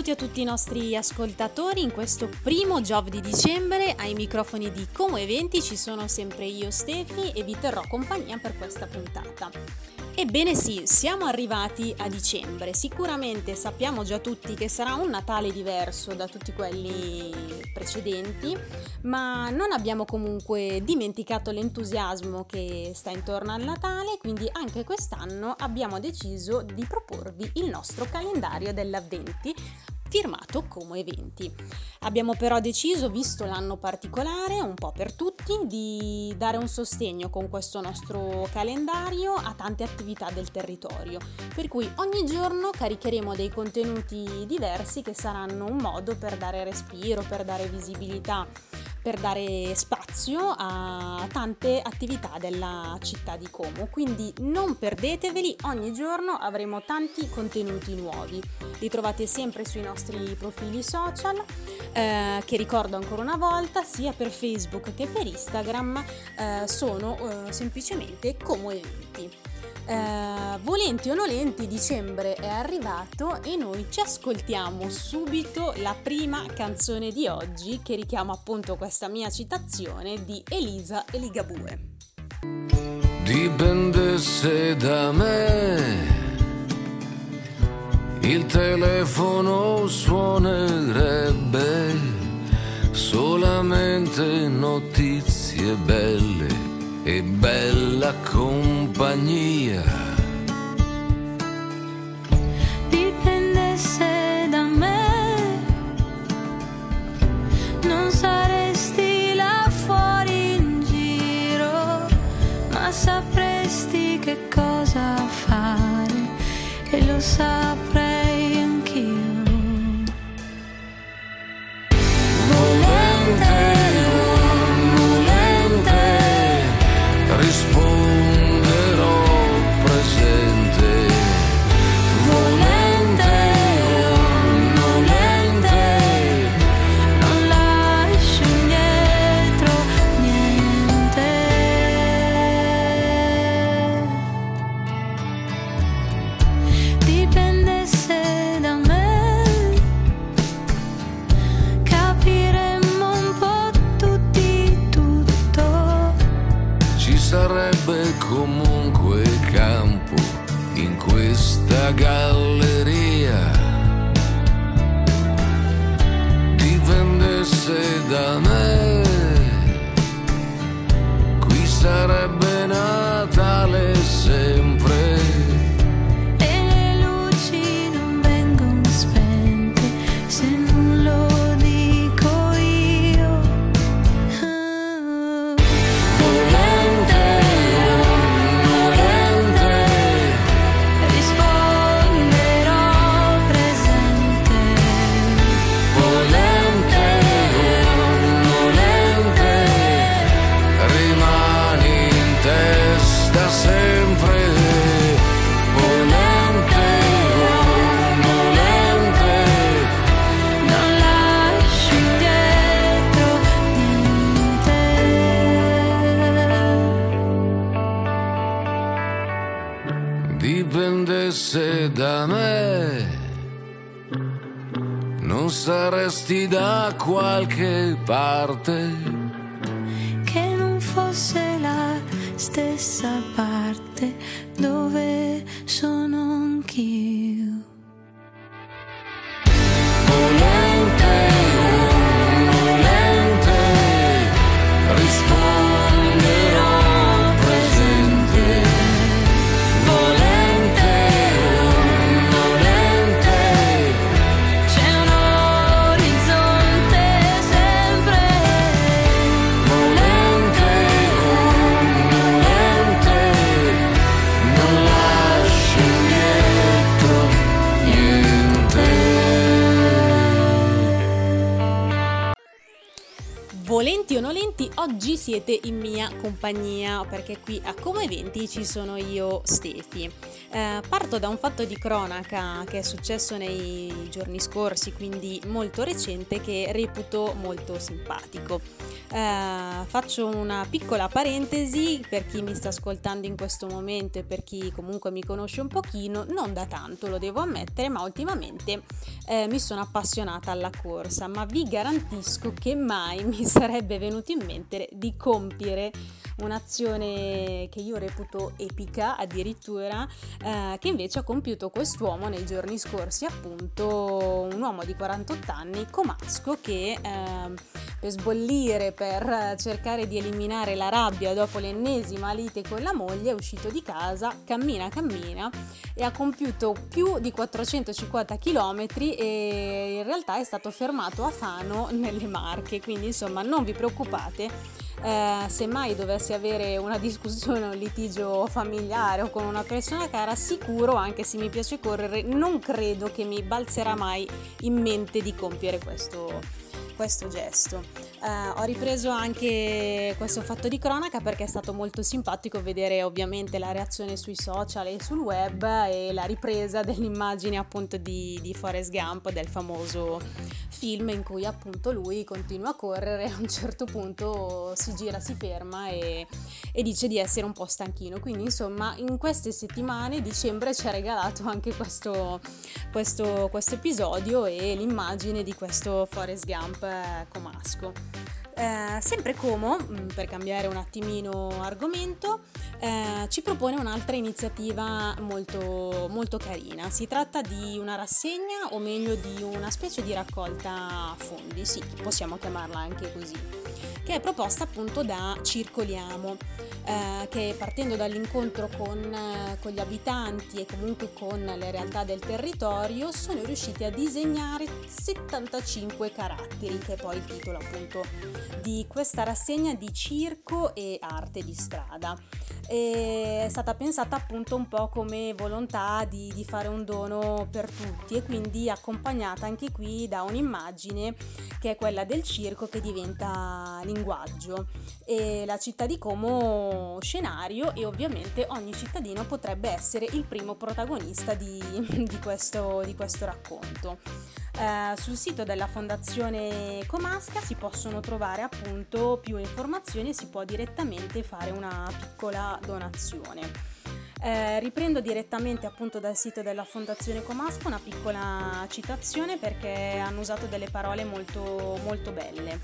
benvenuti a tutti i nostri ascoltatori in questo primo Giov di dicembre. Ai microfoni di Como Eventi ci sono sempre io, Stefi, e vi terrò compagnia per questa puntata. Ebbene sì, siamo arrivati a dicembre. Sicuramente sappiamo già tutti che sarà un Natale diverso da tutti quelli precedenti, ma non abbiamo comunque dimenticato l'entusiasmo che sta intorno al Natale, quindi anche quest'anno abbiamo deciso di proporvi il nostro calendario dell'Avventi firmato Como Eventi. Abbiamo però deciso, visto l'anno particolare, un po' per tutti, di dare un sostegno con questo nostro calendario a tante attività del territorio, per cui ogni giorno caricheremo dei contenuti diversi che saranno un modo per dare respiro, per dare visibilità, per dare spazio a tante attività della città di Como. Quindi non perdeteveli, ogni giorno avremo tanti contenuti nuovi. Li trovate sempre sui nostri profili social, che ricordo ancora una volta, sia per Facebook che per Instagram, sono semplicemente Como Eventi. Volenti o nolenti, dicembre è arrivato e noi ci ascoltiamo subito la prima canzone di oggi, che richiama appunto questa mia citazione di Elisa e Ligabue. Dipendesse da me, il telefono suonerebbe solamente notizie belle e bella compagnia. Dipendesse da me, non saresti là fuori in giro, ma sapresti che cosa fare e lo saprei anch'io. Risponderò presente, volente o nolente, Non lascio indietro niente. Dipendesse da me, capiremmo un po' tutti tutto. ci sarebbe comunque campo in questa galleria. Dipendesse da me, qui sarebbe Natale sempre. E le luci non vengono spente se non lo dico io. Volente o nolente, Risponderò presente. volente o nolente, rimani in testa sempre. Volente o nolente, Non lascio indietro niente. dipendesse da me, non saresti da qualche parte. Che non fosse la stessa parte dove sono anch'io. Volente o nolente, risponderò presente. Volente o nolente, C'è un orizzonte sempre. volente o nolente, non lascio indietro niente. Volenti o nolenti, oggi siete in mia compagnia, perché qui a Como Eventi ci sono io, Stefi. Parto da un fatto di cronaca che è successo nei giorni scorsi, quindi molto recente, che reputo molto simpatico. Faccio una piccola parentesi per chi mi sta ascoltando in questo momento e per chi comunque mi conosce un pochino, non da tanto lo devo ammettere, ma ultimamente mi sono appassionata alla corsa, ma vi garantisco che mai mi sarebbe venuto in mente di compiere un'azione che io reputo epica addirittura, che invece ha compiuto quest'uomo nei giorni scorsi, appunto un uomo di 48 anni, comasco, che per sbollire, per cercare di eliminare la rabbia dopo l'ennesima lite con la moglie, è uscito di casa, cammina e ha compiuto più di 450 km e in realtà è stato fermato a Fano nelle Marche, quindi insomma non vi preoccupate. Se mai dovessi avere una discussione o un litigio familiare o con una persona cara, sicuro, anche se mi piace correre, non credo che mi balzerà mai in mente di compiere questo gesto. Ho ripreso anche questo fatto di cronaca perché è stato molto simpatico vedere ovviamente la reazione sui social e sul web e la ripresa dell'immagine appunto di Forrest Gump, del famoso film in cui appunto lui continua a correre e a un certo punto si gira, si ferma e dice di essere un po' stanchino. Quindi insomma in queste settimane dicembre ci ha regalato anche questo episodio e l'immagine di questo Forrest Gump comasco. Sempre Como, per cambiare un attimino argomento, ci propone un'altra iniziativa molto, molto carina. Si tratta di una rassegna, o meglio di una specie di raccolta fondi, sì, possiamo chiamarla anche così, che è proposta appunto da Circoliamo, che partendo dall'incontro con gli abitanti e comunque con le realtà del territorio sono riusciti a disegnare 75 caratteri, che è poi il titolo appunto di questa rassegna di circo e arte di strada. È stata pensata appunto un po' come volontà di fare un dono per tutti e quindi accompagnata anche qui da un'immagine che è quella del circo che diventa linguaggio e la città di Como scenario, e ovviamente ogni cittadino potrebbe essere il primo protagonista di questo racconto. Sul sito della Fondazione Comasca si possono trovare appunto più informazioni e si può direttamente fare una piccola donazione. Riprendo direttamente appunto dal sito della Fondazione Comasca una piccola citazione perché hanno usato delle parole molto, molto belle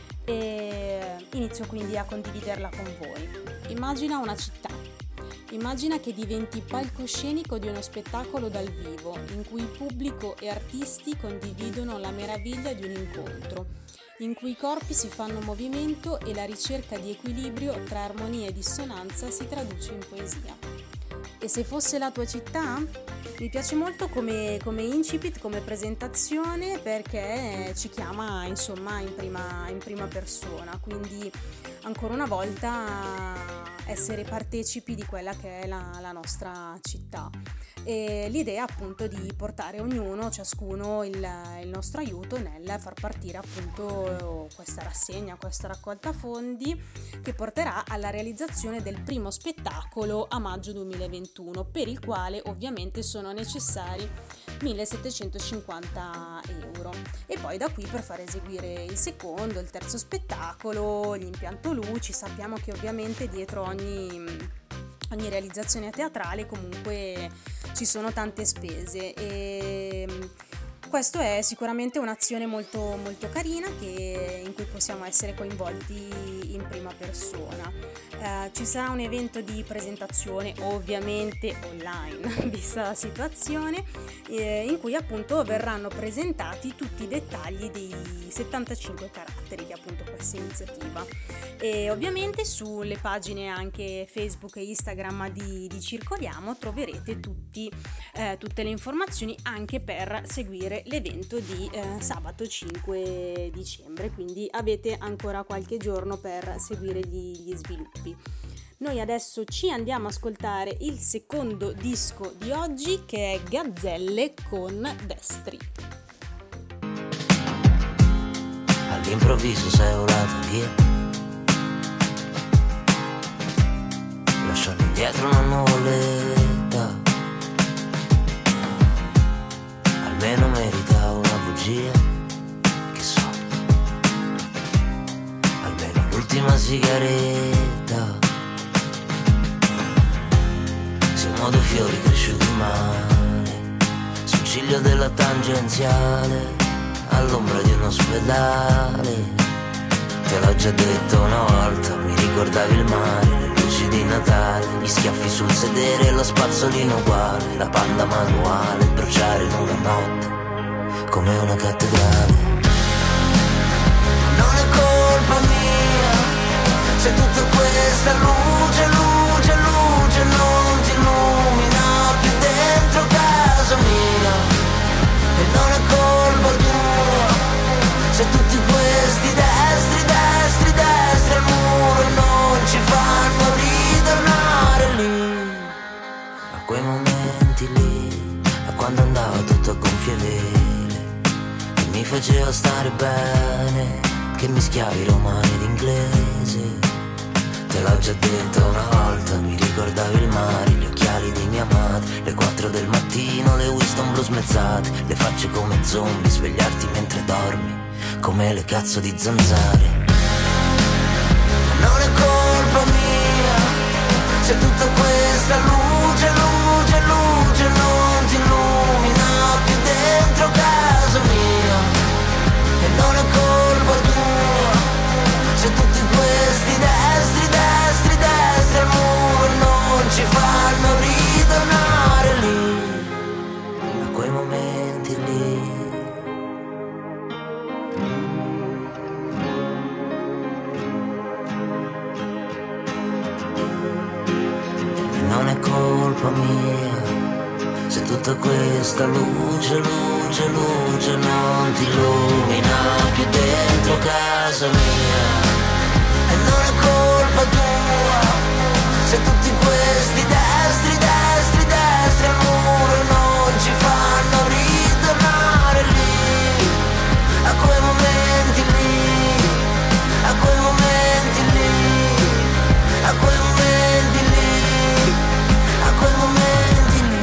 e inizio quindi a condividerla con voi. Immagina una città. Immagina che diventi palcoscenico di uno spettacolo dal vivo, in cui pubblico e artisti condividono la meraviglia di un incontro, in cui i corpi si fanno movimento e la ricerca di equilibrio tra armonia e dissonanza si traduce in poesia. E se fosse la tua città? Mi piace molto come incipit, come presentazione, perché ci chiama insomma in prima persona, quindi ancora una volta essere partecipi di quella che è la nostra città. E l'idea appunto di portare ciascuno il nostro aiuto nel far partire appunto questa rassegna, questa raccolta fondi che porterà alla realizzazione del primo spettacolo a maggio 2021, per il quale ovviamente sono necessari 1.750 euro, e poi da qui per far eseguire il secondo, il terzo spettacolo, l'impianto luci. Sappiamo che ovviamente dietro ogni realizzazione teatrale comunque ci sono tante spese e questo è sicuramente un'azione molto, molto carina in cui possiamo essere coinvolti in prima persona. Ci sarà un evento di presentazione, ovviamente online, vista la situazione, in cui appunto verranno presentati tutti i dettagli dei 75 caratteri che appunto questa iniziativa. E ovviamente sulle pagine anche Facebook e Instagram di Circoliamo troverete tutte le informazioni anche per seguire l'evento di sabato 5 dicembre, quindi avete ancora qualche giorno per seguire gli sviluppi. Noi adesso ci andiamo a ascoltare il secondo disco di oggi, che è Gazzelle con Destri. All'improvviso sei volata via, lasciando indietro una nuvoletta. Almeno merita una bugia, che so, almeno sigaretta. Siamo due fiori cresciuti male, sul ciglio della tangenziale, all'ombra di un ospedale. Te l'ho già detto una volta, mi ricordavi il mare, le luci di Natale, gli schiaffi sul sedere, lo spazzolino uguale, la panda manuale, bruciare in una notte come una cattedrale. Non è colpa mia se tutta questa luce, luce, luce non ti illumina più dentro casa mia. E non è colpa tua se tutti questi destri, destri, destri al muro non ci fanno ritornare lì. A quei momenti lì, a quando andava tutto a gonfie vele, che mi faceva stare bene, che mischiavi romani ed inglese. Te l'ho già detto una volta, mi ricordavi il mare, gli occhiali di mia madre, le 4 del mattino, le Winston blu smezzate, le facce come zombie, svegliarti mentre dormi come le cazzo di zanzare. Non è colpa mia se tutta questa luce, luce, luce non ti illumina più dentro casa mia. E non è colpa tua se tutti questi destri, destri, destri al muro non ci fanno ritornare lì. A quei momenti lì. Non è colpa mia se tutta questa luce, luce, luce non ti illumina più dentro casa mia. E non è colpa tua se tutti questi destri, destri, destri al muro non ci fanno ritornare lì. A quei momenti lì, a quei momenti lì, a quei momenti lì, a quei momenti lì.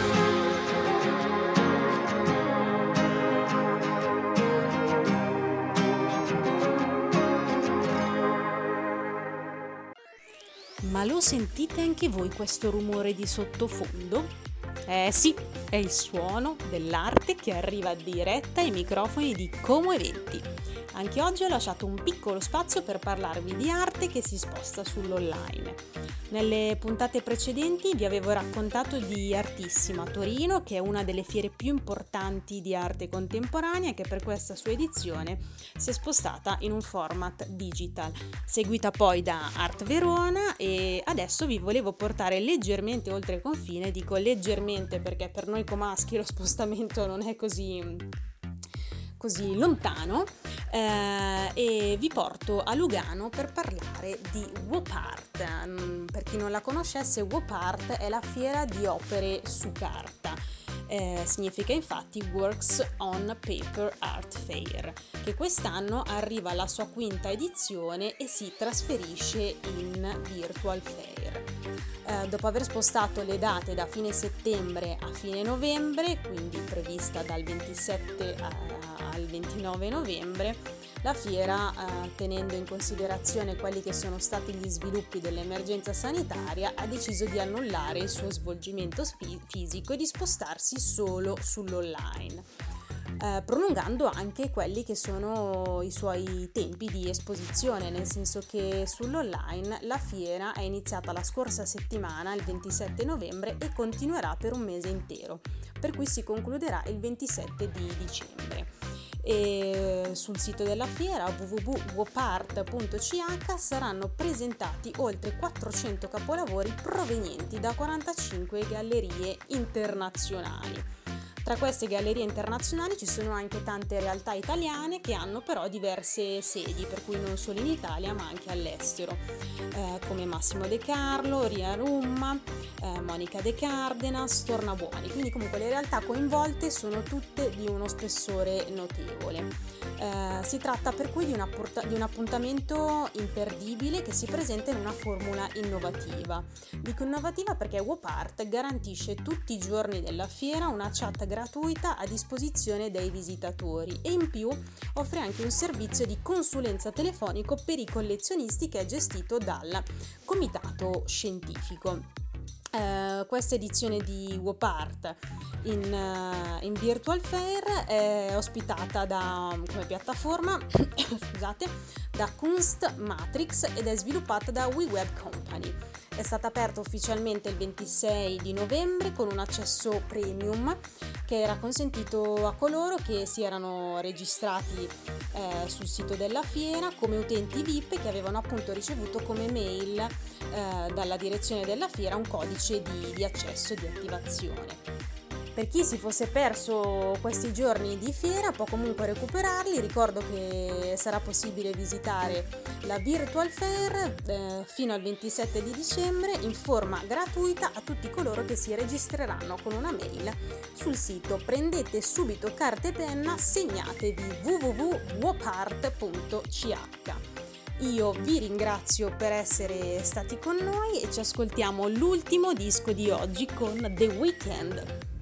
Ma lo sentite anche voi questo rumore di sottofondo? Sì, è il suono dell'arte che arriva diretta ai microfoni di Como Eventi. Anche oggi ho lasciato un piccolo spazio per parlarvi di arte che si sposta sull'online. Nelle puntate precedenti vi avevo raccontato di Artissima a Torino, che è una delle fiere più importanti di arte contemporanea e che per questa sua edizione si è spostata in un format digital, seguita poi da Art Verona, e adesso vi volevo portare leggermente oltre confine. Dico leggermente perché per noi comaschi lo spostamento non è così lontano, e vi porto a Lugano per parlare di WOPART. Per chi non la conoscesse, WOPART è la fiera di opere su carta. Significa infatti Works on Paper Art Fair, che quest'anno arriva alla sua 5ª edizione e si trasferisce in Virtual Fair. Dopo aver spostato le date da fine settembre a fine novembre, quindi prevista dal 27 al 29 novembre, la fiera, tenendo in considerazione quelli che sono stati gli sviluppi dell'emergenza sanitaria, ha deciso di annullare il suo svolgimento fisico e di spostarsi solo sull'online, prolungando anche quelli che sono i suoi tempi di esposizione, nel senso che sull'online la fiera è iniziata la scorsa settimana, il 27 novembre, e continuerà per un mese intero, per cui si concluderà il 27 di dicembre. E sul sito della fiera www.wopart.ch saranno presentati oltre 400 capolavori provenienti da 45 gallerie internazionali. Tra queste gallerie internazionali ci sono anche tante realtà italiane che hanno però diverse sedi, per cui non solo in Italia ma anche all'estero, come Massimo De Carlo, Ria Rumma, Monica De Cardenas, Tornabuoni. Quindi comunque le realtà coinvolte sono tutte di uno spessore notevole. Si tratta per cui di un appuntamento imperdibile che si presenta in una formula innovativa. Dico innovativa perché WOPART garantisce tutti i giorni della fiera una chat gratuita a disposizione dei visitatori e in più offre anche un servizio di consulenza telefonico per i collezionisti che è gestito dal comitato scientifico. Questa edizione di WOP Art in Virtual Fair è ospitata come piattaforma scusate, da Kunst Matrix ed è sviluppata da WeWeb Company. È stata aperta ufficialmente il 26 di novembre con un accesso premium che era consentito a coloro che si erano registrati sul sito della fiera come utenti VIP che avevano appunto ricevuto come mail dalla direzione della fiera un codice di accesso e di attivazione. Per chi si fosse perso questi giorni di fiera può comunque recuperarli. Ricordo che sarà possibile visitare la Virtual Fair fino al 27 di dicembre in forma gratuita a tutti coloro che si registreranno con una mail sul sito. Prendete subito carta e penna, segnatevi www.wopart.ch. Io vi ringrazio per essere stati con noi e ci ascoltiamo l'ultimo disco di oggi con The Weeknd.